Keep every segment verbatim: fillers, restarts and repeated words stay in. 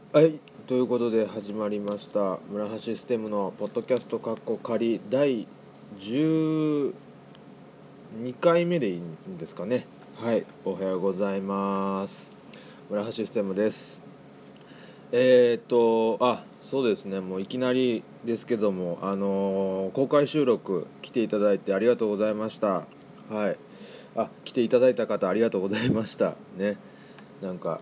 はい、ということで始まりました村橋システムのポッドキャストカッコ仮だいじゅうにかいめでいいんですかね。はい、おはようございます。村橋システムです。えー、っとあそうですね、もういきなりですけども、あのー公開収録来ていただいてありがとうございました。はい、あ来ていただいた方ありがとうございましたね。なんか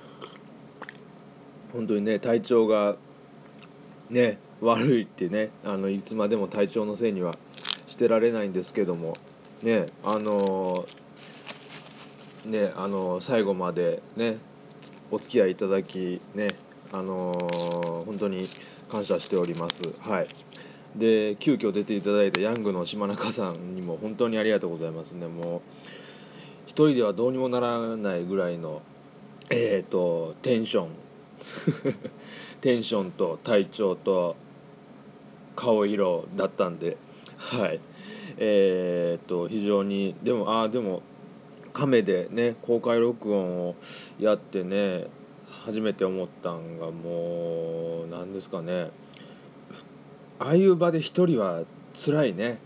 本当にね、体調がね悪いってね、あのいつまでも体調のせいにはしてられないんですけどもね、あのーねあのー最後までねお付き合いいただきね、あのー本当に感謝しております。はい。で急遽出ていただいたヤングの島中さんにも本当にありがとうございますね。もう一人ではどうにもならないぐらいのえーとテンションテンションと体調と顔色だったんで、はい、えー、っと非常にでもああでもカメでね公開録音をやってね初めて思ったんが、もうなんですかね、ああいう場で一人は辛いね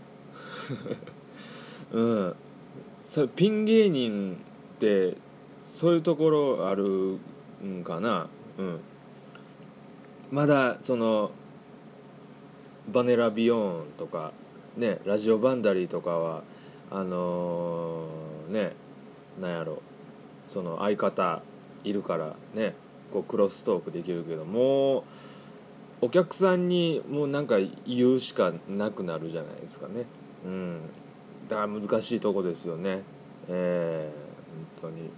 うんそピン芸人ってそういうところあるんかな。うんまだそのバネラビヨーンとかね、ラジオバンダリーとかはあのー、ね、なんやろ、その相方いるからね、こうクロストークできるけど、もうお客さんにもうなんか言うしかなくなるじゃないですかね。うん、だから難しいとこですよね。えー、本当に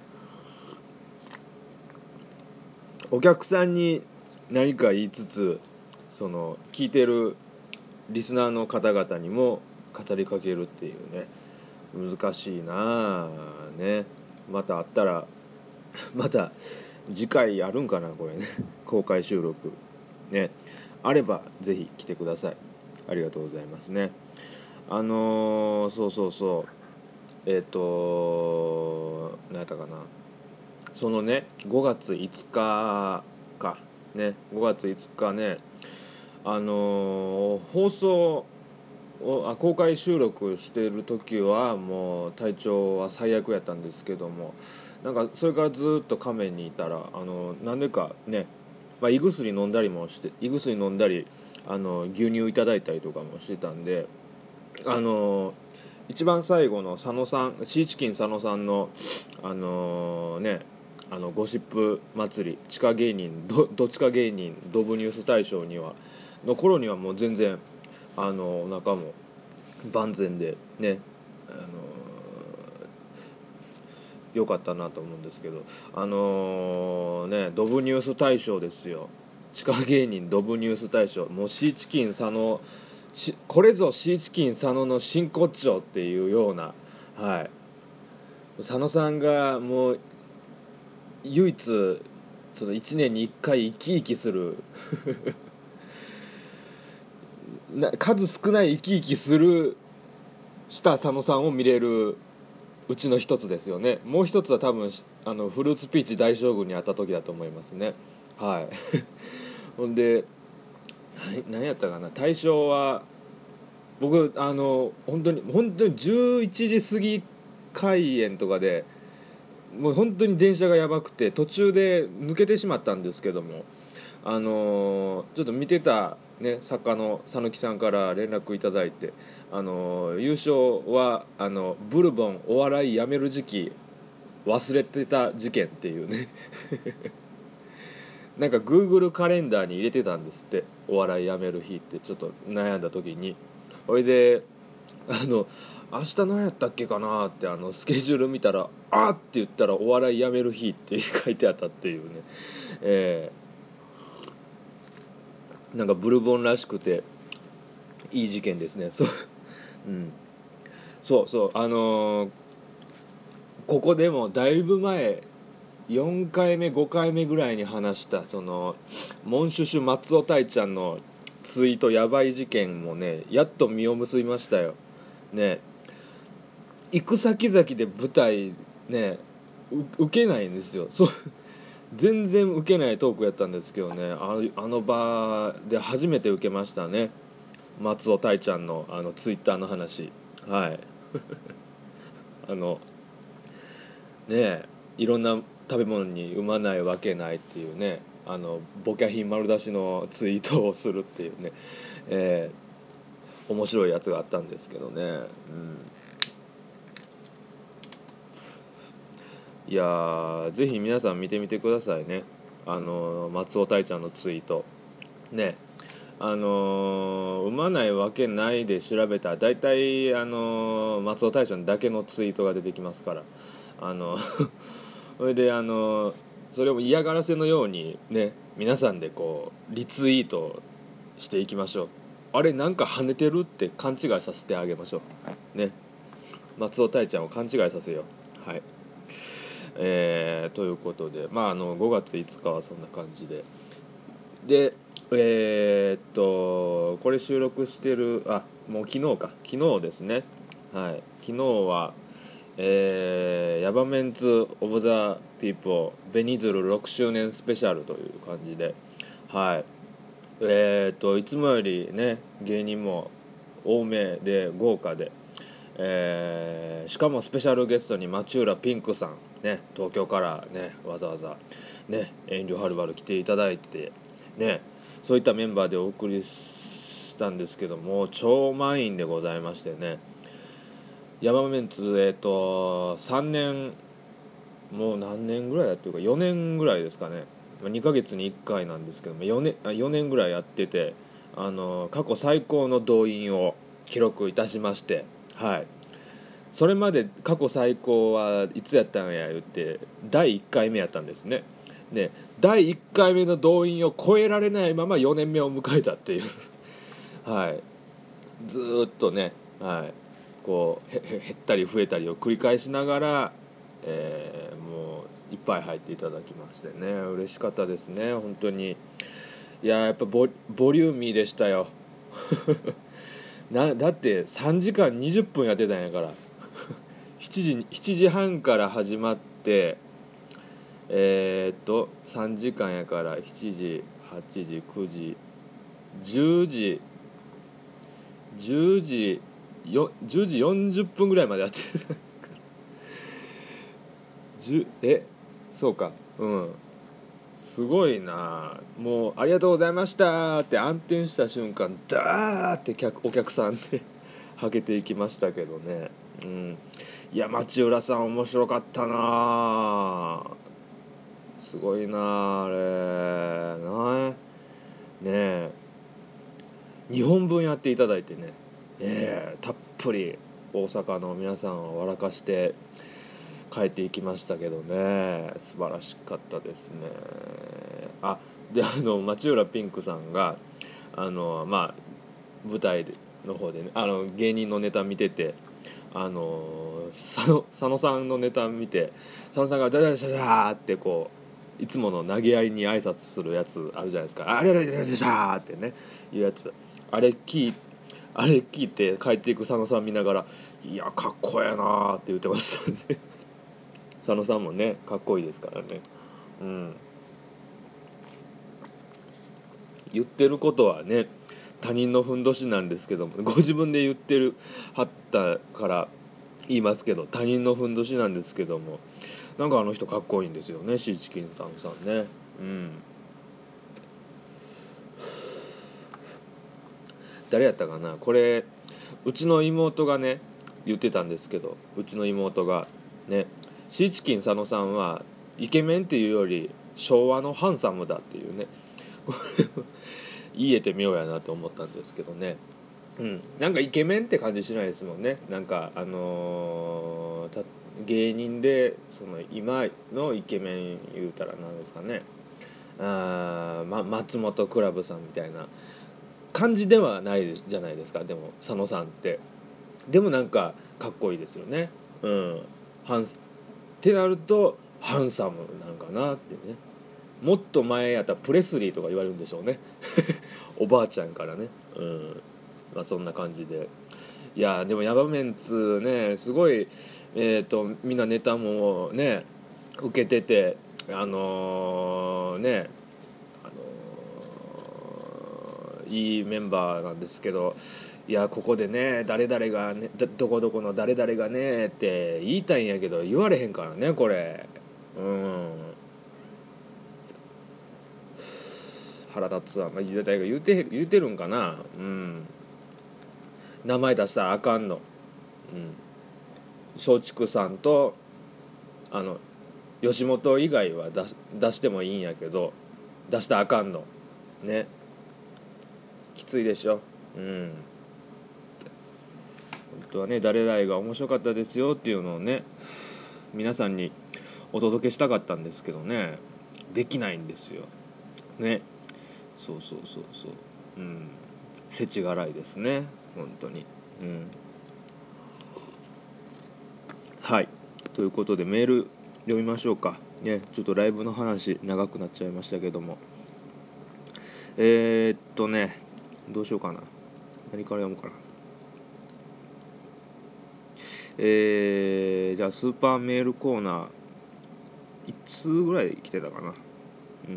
お客さんに何か言いつつ、その聞いてるリスナーの方々にも語りかけるっていうね、難しいなあね。またあったらまた次回あるんかなこれね公開収録ね、あればぜひ来てください。ありがとうございますね。あのー、そうそうそうえっ、ー、と何やったかな、そのねごがついつかかね、ごがついつかね、あのー放送をあ公開収録している時はもう体調は最悪やったんですけども、なんかそれからずっと仮面にいたら、あのなんでかね、まあ、胃薬飲んだりもして胃薬飲んだりあの牛乳いただいたりとかもしてたんで、あの一番最後の佐野さんシーチキン佐野さんのあのねあのゴシップ祭り地下芸人 ど, ど地下芸人ドブニュース大賞にはの頃にはもう全然あのお腹も万全でね、あの良かったなと思うんですけど、あのー、ねドブニュース大賞ですよ。地下芸人ドブニュース大賞、もうシーチキン佐野しこれぞシーチキン佐野の真骨頂っていうような、はい、佐野さんがもう唯一そのいちねんにいっかい生き生きするな数少ない生き生きするした佐野さんを見れるうちの一つですよね。もう一つは多分あのフルーツピーチ大将軍に会った時だと思いますね。はいほんで何やったかな、対象は僕あの本当に本当にじゅういちじ過ぎ開演とかでもう本当に電車がやばくて途中で抜けてしまったんですけども、あのーちょっと見てた、ね、作家の佐野木さんから連絡いただいて、あのー優勝はあのブルボンお笑いやめる時期忘れてた事件っていうねなんか Google カレンダーに入れてたんですって、お笑いやめる日って。ちょっと悩んだ時においで、あの明日何やったっけかなってあのスケジュール見たら、あーって言ったらお笑いやめる日って書いてあったっていうね、えー、なんかブルボンらしくていい事件ですね。そう、うん、そうそうあのーここでもだいぶ前よんかいめごかいめぐらいに話したそのモンシュシュ松尾大ちゃんのツイートやばい事件もね、やっと実を結びましたよね。行く先々で舞台ね受けないんですよ。そう全然受けないトークやったんですけどね、あの、あの場で初めて受けましたね。松尾大ちゃんのあのツイッターの話。はいあのねえ、いろんな食べ物に産まないわけないっていうね、あのボキャ品丸出しのツイートをするっていうね、えー、面白いやつがあったんですけどね、うん、いやー、ぜひ皆さん見てみてくださいね。あの松尾大ちゃんのツイートね。あのー、産まないわけないで調べたら大体、あのー、松尾大ちゃんだけのツイートが出てきますから、あのそれで、あのー、それを嫌がらせのようにね、皆さんでこうリツイートしていきましょう。あれ、なんか跳ねてるって勘違いさせてあげましょうね。松尾大ちゃんを勘違いさせよう。はい、えー、ということで、まあ、あのごがついつかはそんな感じで、で、えー、っとこれ収録してる、あ、もう昨日か、昨日ですね。はい、昨日は、えー、ヤバメンツ・オブ・ザ・ピーポーベニズルろくしゅうねんスペシャルという感じで、はい、えー、っといつもよりね、芸人も多めで豪華で、えー、しかもスペシャルゲストに町浦ピンクさん、ね、東京からね、わざわざね、遠慮はるばる来ていただいてね、そういったメンバーでお送りしたんですけども、超満員でございましてね、ヤマメンツ、えっ、ー、とさんねん、もう何年ぐらいやってるか、よねんぐらいですかね、にかげつにいっかいなんですけども、よねん、よねんぐらいやってて、あの過去最高の動員を記録いたしまして、はい、それまで過去最高はいつやったんや言ってだいいっかいめやったんですね。でだいいっかいめの動員を超えられないままよねんめを迎えたっていうはい、ずーっとね、はい、こうへへ減ったり増えたりを繰り返しながら、えーもういっぱい入っていただきましてね、嬉しかったですね、本当に。いやー、やっぱボボリューミーでしたよなだってさんじかんにじゅっぷんやってたんやからしちじしちじはんから始まって、えー、っとさんじかんやからしちじはちじくじじゅうじじゅうじよじゅうじよんじゅっぷんぐらいまでやってるえそうか、うん、すごいな。もうありがとうございましたって暗転した瞬間、ダーって客お客さんではけていきましたけどね。うん、いや、町浦さん面白かったな、すごいなあれな。ねえ、にほんぶんやっていただいてね、えー、たっぷり大阪の皆さんを笑かして帰っていきましたけどね、素晴らしかったですね。あ、で、あの町浦ピンクさんがあのまあ舞台の方でね、あの芸人のネタ見てて、あの佐野佐野さんのネタ見て、佐野さんがダダダダダーってこういつもの投げやりに挨拶するやつあるじゃないですか。あれあれあれあれあれってねいうやつ、あれ聞いあれ聞いて帰っていく佐野さん見ながら、いやかっこええなーって言ってましたね佐野さんもねかっこいいですからね。うん、言ってることはね他人のふんどしなんですけども、ご自分で言ってるはったから言いますけど、他人のふんどしなんですけども、なんかあの人かっこいいんですよね、シーチキンさんさんね。うん、誰やったかなこれ、うちの妹がね言ってたんですけど、うちの妹がね、シーチキン佐野さんはイケメンっていうより昭和のハンサムだっていうね言えてみようやなと思ったんですけどね。うん、なんかイケメンって感じしないですもんね。なんかあのー、た芸人でその今のイケメン言うたら何ですかね、あ、ま、松本クラブさんみたいな感じではないじゃないですか。でも佐野さんってでもなんかかっこいいですよね。うん、ハンってなるとハンサムなんかなってね。もっと前やったらプレスリーとか言われるんでしょうねおばあちゃんからね。うん、まあそんな感じで、いやでもヤバメンツねすごい、えーとみんなネタもね受けてて、 あのー、ねあのー、いいメンバーなんですけど、いやここでね誰々がねどこどこの誰々がねって言いたいんやけど言われへんからねこれ。うん、腹立つわ。まあ、誰が言うて言うてるんかな。うん、名前出したらあかんの。うん、松竹さんとあの吉本以外は出出してもいいんやけど出したらあかんのね。きついでしょ。うん、本当はね誰々が面白かったですよっていうのをね皆さんにお届けしたかったんですけどね、できないんですよね。そうそうそうそう、うん、世知辛いですね本当に。うん、はい、ということでメール読みましょうかね。ちょっとライブの話長くなっちゃいましたけども、えー、っとねどうしようかな、何から読むかな。えー、じゃあスーパーメールコーナーいつつぐらい来てたかな。うん、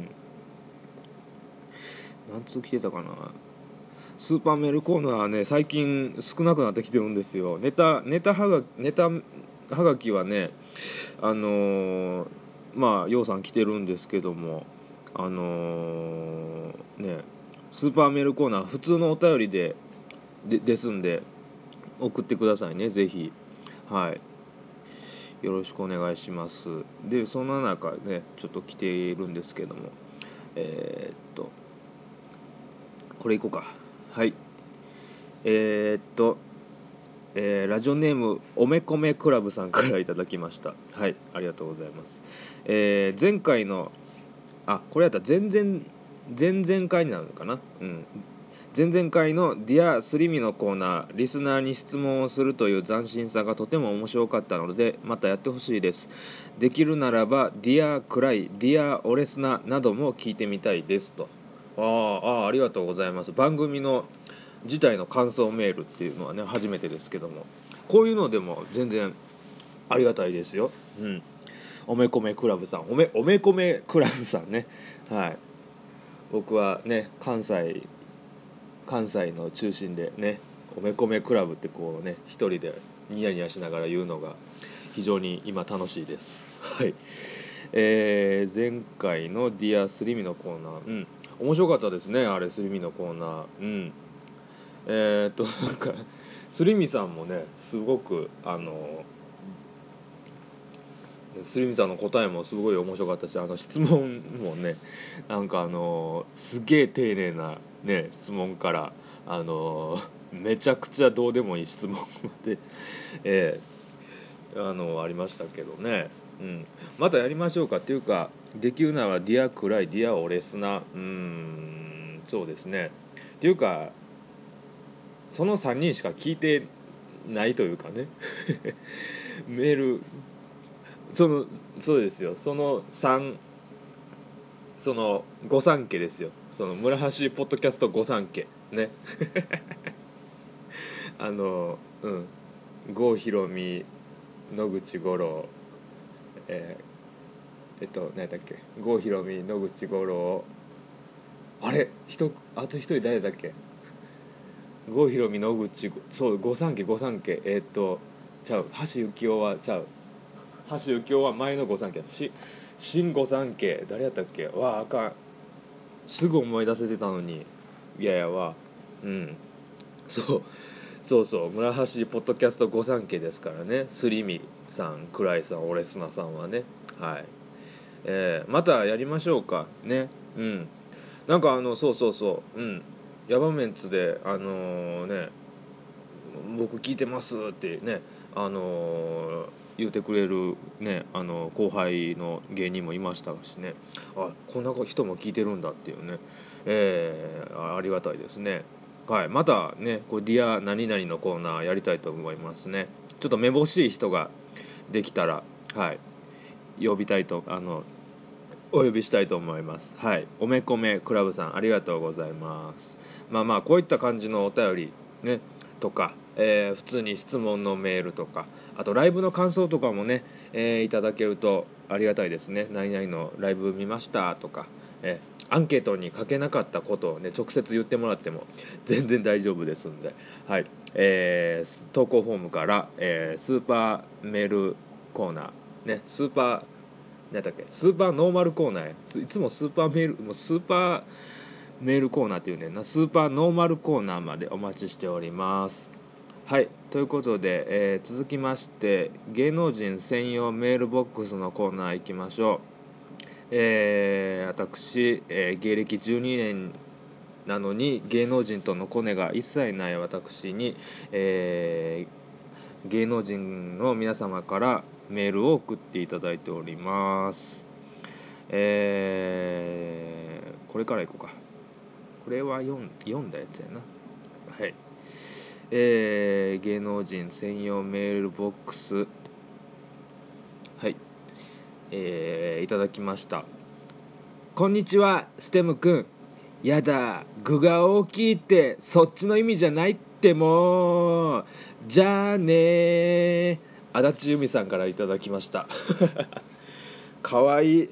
何通来てたかな。スーパーメールコーナーはね最近少なくなってきてるんですよ。ネタネタはがネタはがきはね、あのー、まあようさん来てるんですけども、あのー、ねスーパーメールコーナー普通のお便りででですんで送ってくださいねぜひ。はい、よろしくお願いします。でその中ねちょっと来ているんですけども、えー、っとこれいこうか。はい、えー、っとえー、ラジオネームおめこめクラブさんからいただきました。はい、ありがとうございます。えー、前回のあこれやったら前々前々回になるのかな。うん、前々回のディアスリミのコーナー、リスナーに質問をするという斬新さがとても面白かったのでまたやってほしいです。できるならばディアクライ、ディアオレスナなども聞いてみたいですと。ああありがとうございます。番組の自体の感想メールっていうのはね初めてですけども、こういうのでも全然ありがたいですよ。うん、おめこめクラブさん、おめおめこめクラブさんね。はい、僕はね関西関西の中心でねおめこめクラブってこうね一人でニヤニヤしながら言うのが非常に今楽しいです。はい、えー、前回のディアスリミのコーナー、うん面白かったですねあれスリミのコーナー。うんえー、っとなんかスリミさんもねすごくあのスリミさんの答えもすごい面白かったし、あの質問もねなんかあのすげえ丁寧なね質問からあのめちゃくちゃどうでもいい質問まで、えー、あのありましたけどね。うん、またやりましょうかっていうか、できるならディアクライディアオレスナ、うーんそうですねっていうかそのさんにんしか聞いてないというかねメールそのそうですよ、そのさんその御三家ですよ、その村橋ポッドキャスト御三家ねあのうん郷ひろみ、野口五郎、えー、えっと何だっけ、郷ひろみ、野口五郎、あれ人あと一人誰だっけ、郷ひろみ、野口、そう御三家御三家えー、っとちゃう橋幸夫はちゃう橋幸夫は前の御三家し新御三家誰やったっけ、わああかん、すぐ思い出せてたのに、いやいやわ、うんそうそうそう村橋ポッドキャスト御三家ですからね。スリミさん、クライさん、オレスナさんはね。はい、えー、またやりましょうかね。うんなんかあのそうそうそううんヤバメンツであのー、ね僕聞いてますってねあのー、言うてくれるねあの後輩の芸人もいましたしね、あこんな人も聞いてるんだっていうね、えー、ありがたいですね。はい、またねこれディア何々のコーナーやりたいと思いますね。ちょっとめぼしい人ができたらはい呼びたいとあのお呼びしたいと思います。はい、おめこめクラブさんありがとうございます。まあまあこういった感じのお便りねとか、えー、普通に質問のメールとか、あとライブの感想とかもね、えー、いただけるとありがたいですね。何々のライブ見ましたとか、えアンケートに書けなかったことをね直接言ってもらっても全然大丈夫ですんで、はい、えー、投稿フォームから、えー、スーパーメールコーナーね、スーパー何だっけスーパーノーマルコーナー、いつもスーパーメールもうスーパーメールコーナーっていうねな、スーパーノーマルコーナーまでお待ちしております。はい、ということで、えー、続きまして芸能人専用メールボックスのコーナー行きましょう。えー、私、えー、芸歴じゅうにねんなのに芸能人とのコネが一切ない私に、えー、芸能人の皆様からメールを送っていただいております。えー、これからいこうか。これは読ん、読んだやつやな。はい。えー、芸能人専用メールボックス、はい、えー、いただきました。こんにちは、ステムくん。やだ、具が大きいってそっちの意味じゃないってもう。じゃあねー。足立由美さんからいただきました。かわいい。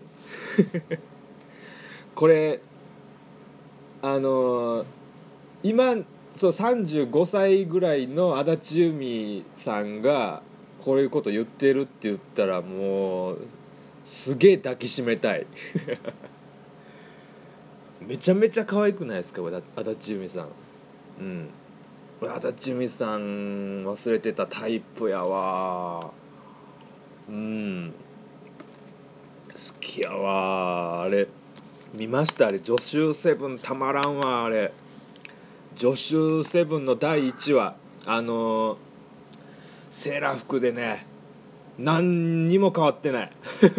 これあのー、今そうさんじゅうごさいぐらいの足立由美さんがこういうこと言ってるって言ったらもうすげえ抱きしめたい。めちゃめちゃ可愛くないですか足立由美さん。うん、足立由美さん忘れてたタイプやわ。うん、好きやわ。あれ見ました？あれジョシュセブンたまらんわ。あれジョシュセブンのだいいちわ、あのー、セーラー服でね、何にも変わってない。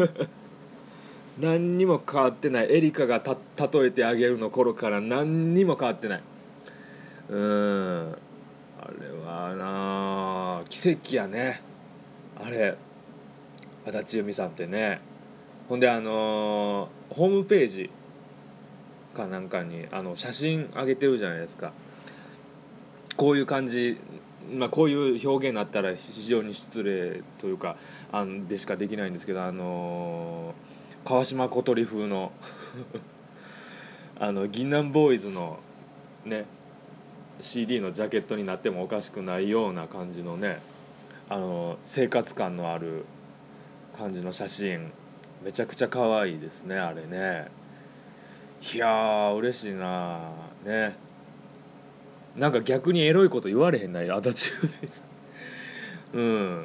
何にも変わってない。エリカがた例えてあげるの頃から何にも変わってない。うーん、あれはな奇跡やね。あれ足立由美さんってね。ほんであのー、ホームページかなんかにあの写真上げてるじゃないですか。こういう感じ、まあ、こういう表現になったら非常に失礼というかあのでしかできないんですけど、あのー、川島小鳥風のあの銀杏ボーイズのね シーディー のジャケットになってもおかしくないような感じのね、あの生活感のある感じの写真、めちゃくちゃ可愛いですねあれね。いやー嬉しいなね。なんか逆にエロいこと言われへんない足立うん、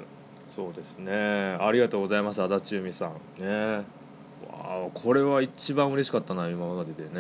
そうですね。ありがとうございます、足立由美さん。ね。わあ、これは一番嬉しかったな、今まででね。うん。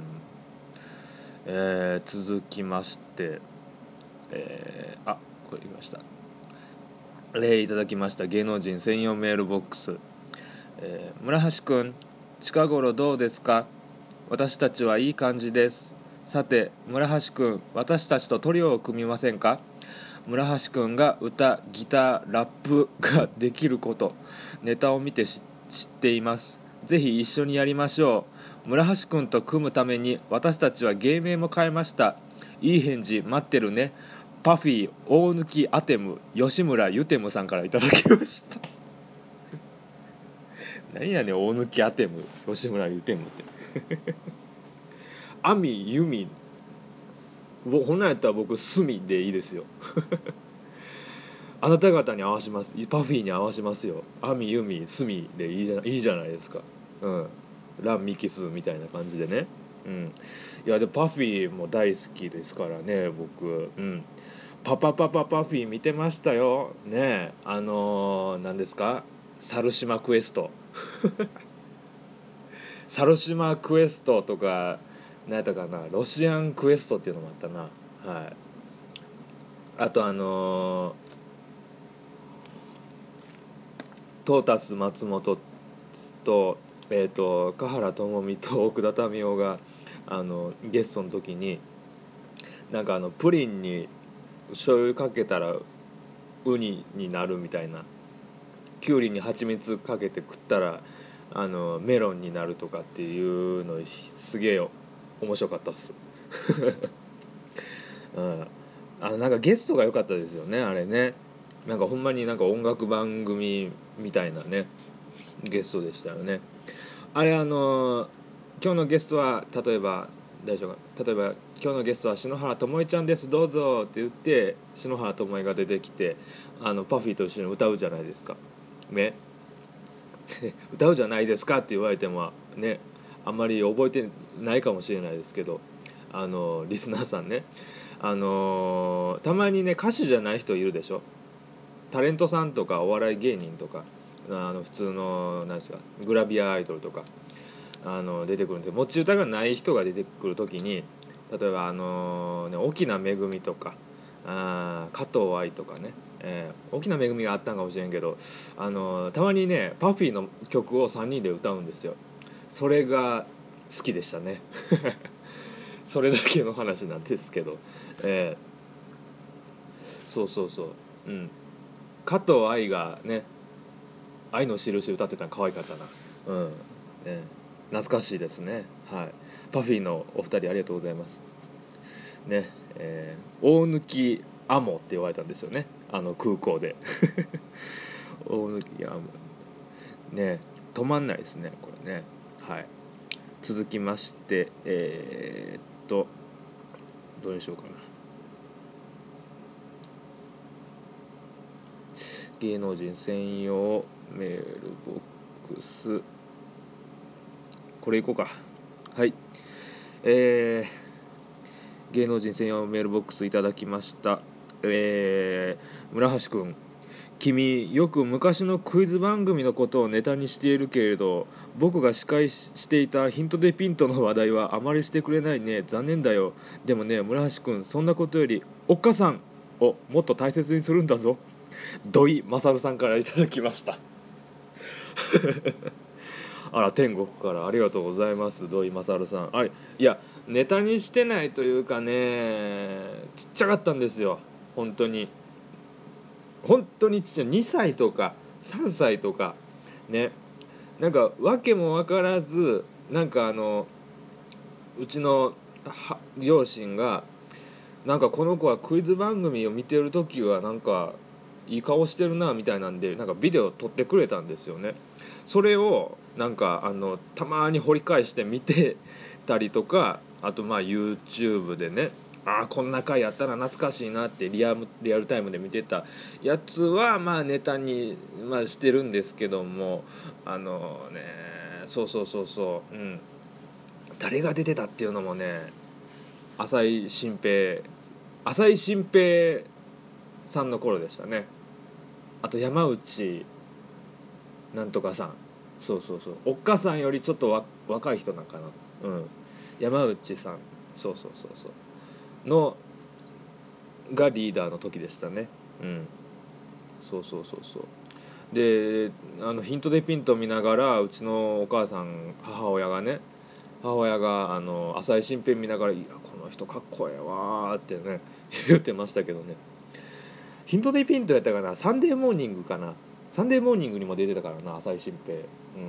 えー、続きまして、えー、あ、これ言いました。例いただきました芸能人専用メールボックス。えー、村橋くん、近頃どうですか？私たちはいい感じです。さて、村橋くん、私たちとトリオを組みませんか？村橋くんが歌、ギター、ラップができること、ネタを見て知っています。ぜひ一緒にやりましょう。村橋くんと組むために私たちは芸名も変えました。いい返事待ってるね。パフィー、大貫アテム、吉村ユテムさんからいただきました。何やねん、大貫アテム、吉村ユテムって。アミ、ユミ、ほんなんやったら僕、スミでいいですよ。あなた方に合わします。パフィーに合わしますよ。アミ、ユミ、スミでいいじゃいいじゃないですか。うん。ラン、ミキスみたいな感じでね。うん。いや、で、パフィーも大好きですからね、僕。うん。パパパパパフィー見てましたよ。ねあのー、何ですか？猿島クエスト。猿島クエストとか、何やったかな、ロシアンクエストっていうのもあったな。はい。あとあのー、トータス松本と、えっ、ー、と、華原朋美と奥田民生が、あの、ゲストの時に、なんかあの、プリンに醤油かけたら、ウニになるみたいな。キュウリに蜂蜜かけて食ったら、あの、メロンになるとかっていうの、すげえ面白かったっす。うん。あの、なんかゲストが良かったですよね、あれね。なんかほんまになんか音楽番組みたいなね。 ゲストでしたよね。あれあの今日のゲストは例えば大丈夫か、例えば今日のゲストは篠原ともえちゃんですどうぞって言って篠原ともえが出てきてあのパフィーと一緒に歌うじゃないですかね。歌うじゃないですかって言われてもね、あんまり覚えてないかもしれないですけど、あのリスナーさんね、あのたまにね歌手じゃない人いるでしょ。タレントさんとかお笑い芸人とかあの普通の何ですかグラビアアイドルとかあの出てくるんで、持ち歌がない人が出てくるときに、例えばあのーね、沖縄めぐみとかあ加藤愛とかね、えー、沖縄めぐみがあったんかもしれんけど、あのーたまにねパフィーの曲をさんにんで歌うんですよ。それが好きでしたねそれだけの話なんですけど、えー、そうそうそう、うん、加藤愛がね愛の印歌ってたの可愛かったな。うん、ね、懐かしいですね。はい。パフィーのお二人ありがとうございます。ね、えー、大貫アモって言われたんですよね。あの空港で。大貫アモ。ね、止まんないですね、これね。はい。続きまして、えー、っと、どうでしょうかな。芸能人専用メールボックス。これいこうか。はい。えー、芸能人専用メールボックスいただきました。えー、村橋くん、君よく昔のクイズ番組のことをネタにしているけれど、僕が司会していたヒントでピントの話題はあまりしてくれないね。残念だよ。でもね、村橋くん、そんなことよりおっかさんをもっと大切にするんだぞ。土井勝さんからいただきましたあら、天国からありがとうございます、土井勝さん。はい、いやネタにしてないというかね、ちっちゃかったんですよ、本当に。本当にちっちゃい、にさいとかさんさいとかね、なんか訳も分からず、なんかあのうちの両親がなんかこの子はクイズ番組を見てるときはなんかいい顔してるなみたいなんで、なんかビデオ撮ってくれたんですよね。それをなんかあのたまに掘り返して見てたりとか、あとまあ YouTube でね、ああこんな回やったら懐かしいなってリアルリアルタイムで見てたやつはまあネタに、まあ、してるんですけども、あのね、そうそうそうそう、うん、誰が出てたっていうのもね、浅井新平浅井新平さんの頃でしたね。あと山内なんとかさん、そうそうそう、おっかさんよりちょっとわ若い人なんかな、うん、山内さん、そうそうそうそうのがリーダーの時でしたね。うん、そうそうそうそう。で、あのヒントでピント見ながらうちのお母さん母親がね、母親があの浅井新平見ながら、いやこの人かっこええわーってね言ってましたけどね。ヒントでピントやったかな、サンデーモーニングかな、サンデーモーニングにも出てたからな、浅井新平。うん、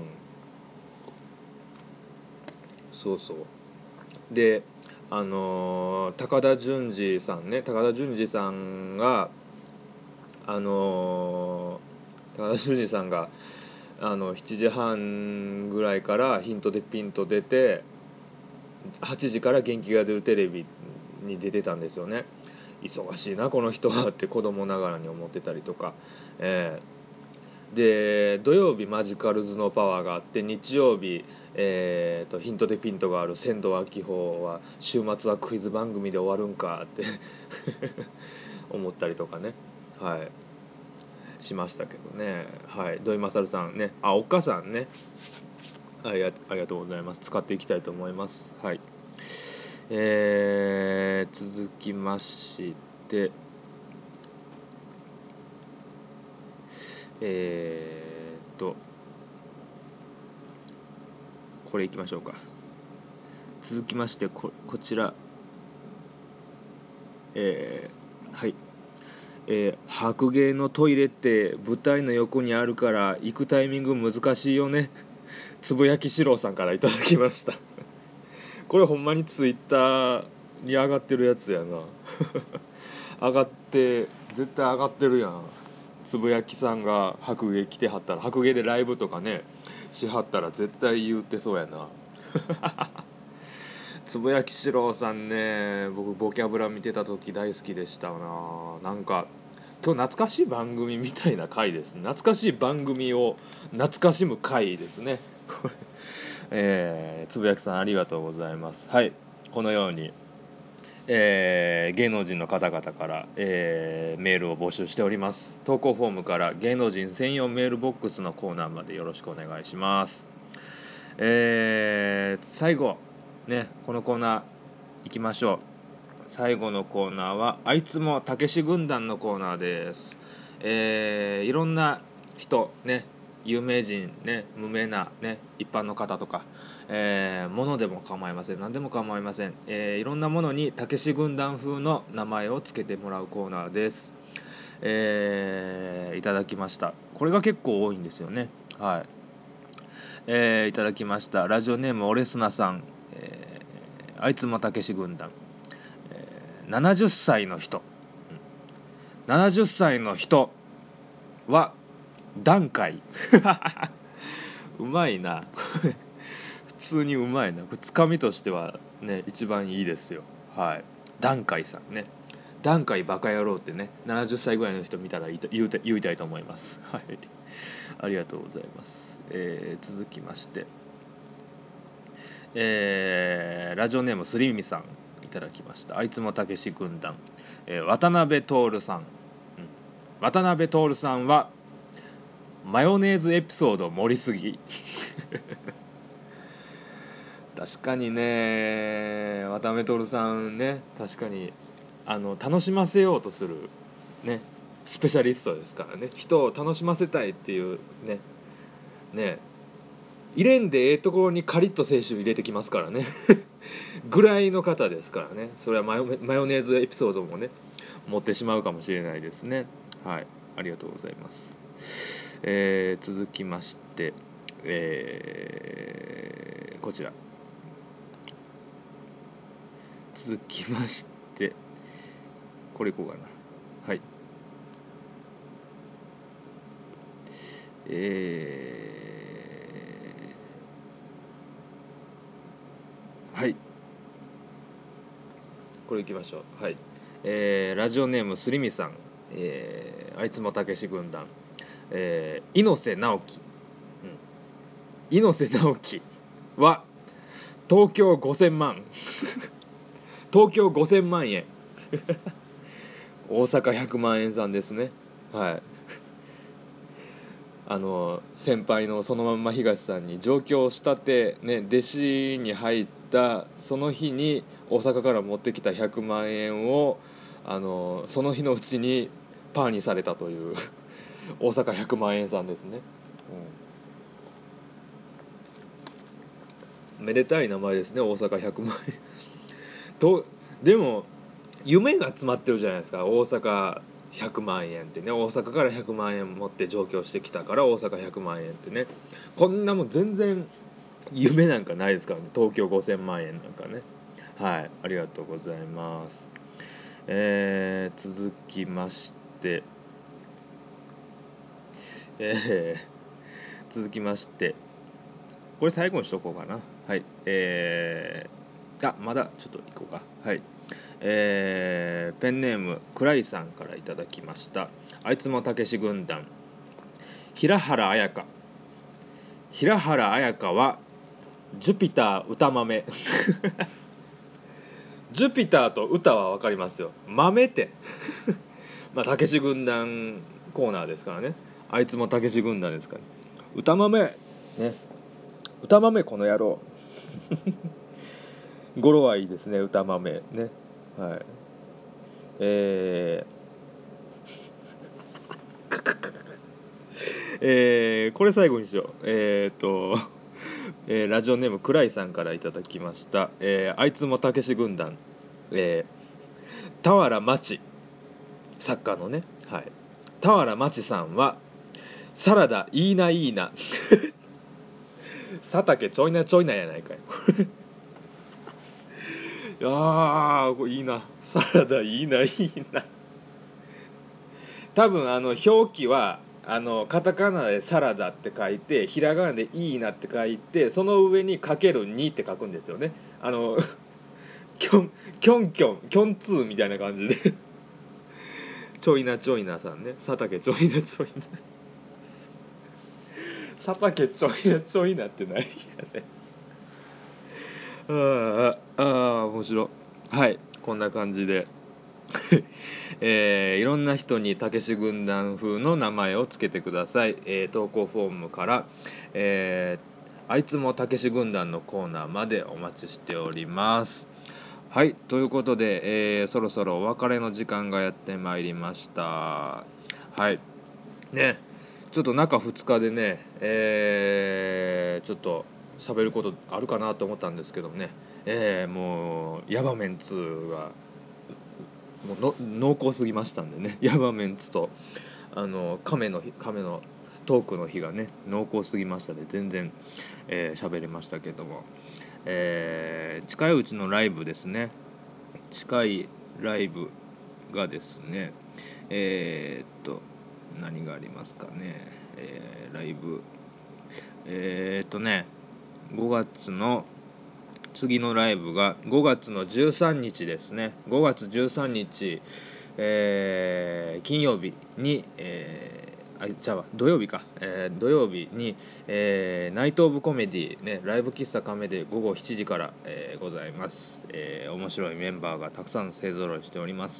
そうそうで、あのー高田純次さんね、高田純次さんがあのー高田純次さんがあのしちじはんぐらいからヒントでピント出て、はちじから元気が出るテレビに出てたんですよね。忙しいなこの人はって子供ながらに思ってたりとか、えー、で土曜日マジカル頭脳パワーがあって、日曜日、えー、とヒントでピントがある仙道明穂は週末はクイズ番組で終わるんかって思ったりとかね、はいしましたけどね。はい、土井勝さんね、あおっかさんね、ありがありがとうございます。使っていきたいと思います。はい。えー、続きまして、えーっと、これいきましょうか。続きまして、こ、こちら、えー、はい。えー、白芸のトイレって舞台の横にあるから行くタイミング難しいよね。つぶやきしろうさんからいただきましたこれほんまにツイッターに上がってるやつやな上がって絶対上がってるやん。つぶやきさんが白芸来てはったら、白芸でライブとかねしはったら絶対言ってそうやなつぶやきしろうさんね、僕ボキャブラ見てた時大好きでしたな。なんか今日懐かしい番組みたいな回ですね。懐かしい番組を懐かしむ回ですねえー、つぶやきさんありがとうございます。はい、このように、えー、芸能人の方々から、えー、メールを募集しております。投稿フォームから芸能人専用メールボックスのコーナーまでよろしくお願いします。えー、最後ね、このコーナー行きましょう。最後のコーナーはあいつもたけし軍団のコーナーです。えー、いろんな人ね、有名人ね、無名なね、一般の方とか、えー、ものでも構いません、何でも構いません、えー、いろんなものにたけし軍団風の名前をつけてもらうコーナーです。えー、いただきました。これが結構多いんですよね。はい。えー、いただきました。ラジオネームオレスナさん、えー、あいつもたけし軍団、えー、ななじゅっさいの人、ななじゅっさいの人は段階うまいな普通にうまいな。つかみとしてはね、一番いいですよ。はい。段階さんね、段階バカ野郎ってね、ななじゅっさいぐらいの人見たら言いた言うた言いたいと思います。はい、ありがとうございます。えー、続きまして、えー、ラジオネームすりみみさんいただきました。あいつもたけし軍団、えー、渡辺徹さん、うん、渡辺徹さんはマヨネーズエピソード盛りすぎ確かにね、渡辺徹さんね、確かにあの楽しませようとするね、スペシャリストですからね。人を楽しませたいっていうね、ね、入れんでええところにカリッと精子入れてきますからねぐらいの方ですからね。それはマヨ、マヨネーズエピソードもね持ってしまうかもしれないですね。はい、ありがとうございます。えー、続きまして、えー、こちら続きましてこれいこうかな。はい、えー、はい、これいきましょう。はい、えー、ラジオネームすりみさん、えー、あいつもたけし軍団、えー、猪瀬直樹、うん、猪瀬直樹は東京ごせんまん東京ごせんまん円大阪ひゃくまん円さんですね。はい、あの先輩のそのまんま東さんに上京したて、ね、弟子に入ったその日に大阪から持ってきたひゃくまん円をあのその日のうちにパーにされたという大阪ひゃくまん円さんですね。うん、めでたい名前ですね、大阪ひゃくまん円と。でも夢が詰まってるじゃないですか、大阪ひゃくまん円ってね。大阪からひゃくまん円持って上京してきたから大阪ひゃくまん円ってね。こんなもん全然夢なんかないですからね、東京ごせんまん円なんかね。はい、ありがとうございます。えー、続きまして、えー、続きましてこれ最後にしとこうかな。はい、えー、あ、まだちょっといこうか。はい、えー、ペンネームクライさんからいただきました。あいつもたけし軍団、平原綾香。平原綾香はジュピター歌豆ジュピターと歌は分かりますよ、豆ってまあたけし軍団コーナーですからね。あいつもたけし軍団ですから、ね、歌豆ね、歌豆この野郎語呂はいいですね、歌豆ね。はい、えーえー、これ最後にしよう。えー、っと、えー、ラジオネームクライさんからいただきました。えー、あいつもたけし軍団、えー、俵町作家のね、はい、俵町さんはサラダいいないいな佐竹ちょいなちょいなやないかいいやーこれいいな、サラダいいないいな多分あの表記はあのカタカナでサラダって書いて、ひらがなでいいなって書いて、その上にかけるにって書くんですよね。あのキョンキョンキョンキョンツーみたいな感じでちょいなちょいなさんね、佐竹ちょいなちょいな佐竹ちょいなちょいなって何やねあああ面白い。はい、こんな感じでえーいろんな人にたけし軍団風の名前をつけてください。えー投稿フォームから、えーあいつもたけし軍団のコーナーまでお待ちしております。はい、ということで、えーそろそろお別れの時間がやってまいりました。はいね、ちょっと中ふつかでね、えーちょっと喋ることあるかなと思ったんですけどね、えーもうヤバメンツがもうの濃厚すぎましたんでね、ヤバメンツとあの亀の日亀のトークの日がね濃厚すぎましたで、全然喋、えー、れましたけども、えー近いうちのライブですね、近いライブがですね、えー、っと何がありますかね、えーライブえー、っとねごがつの次のライブがごがつのじゅうさんにちですね。ごがつじゅうさんにち、えー金曜日に、えー、あじゃあ土曜日か、えー土曜日に、えーナイト・オブ・コメディ、ね、ライブ喫茶カメで午後しちじから、えーございます、えー面白いメンバーがたくさん勢ぞろいしております。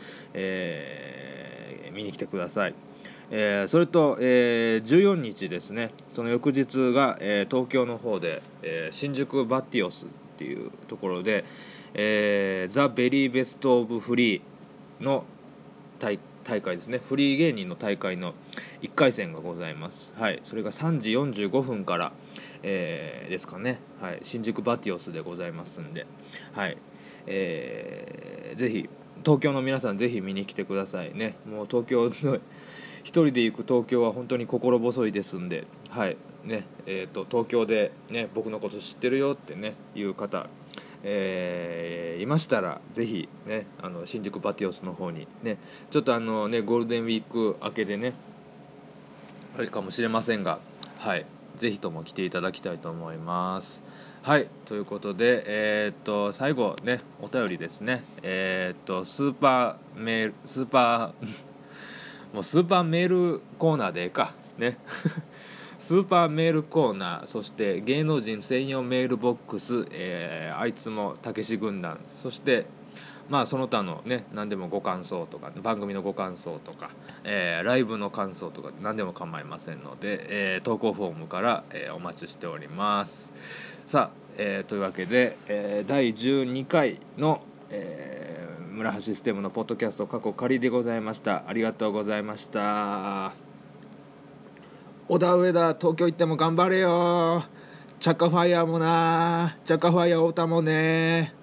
えー見に来てください。えーそれと、えーじゅうよっかですね、その翌日が、えー東京の方で、えー新宿バティオスっていうところで、えー、ザ・ベリーベスト・オブ・フリーの大大会ですね、フリー芸人の大会のいっかい戦がございます。はい、それがさんじよんじゅうごふんから、えーですかね、はい、新宿バティオスでございますんで、はい、えーぜひ東京の皆さんぜひ見に来てくださいね。もう東京の一人で行く東京は本当に心細いですんで、はいね、えーと東京でね僕のこと知ってるよってねいう方、えーいましたらぜひね、あの新宿バティオスの方にね、ちょっとあのねゴールデンウィーク明けでねあれかもしれませんが、はいぜひとも来ていただきたいと思います。はい、ということで、えー、っと最後ねお便りですね。えー、っとスーパーメールスーパーもうスーパーメールコーナーでええかねスーパーメールコーナー、そして芸能人専用メールボックス、えーあいつもたけし軍団、そしてまあその他のね何でもご感想とか番組のご感想とか、えーライブの感想とか何でも構いませんので、えー投稿フォームから、えーお待ちしております。さあ、えーというわけで、えーだいじゅうにかいの、えー村橋システムのポッドキャスト過去仮でございました。ありがとうございました。小田上田東京行っても頑張れよ。チャッカファイヤーもなチャッカファイヤー太田もね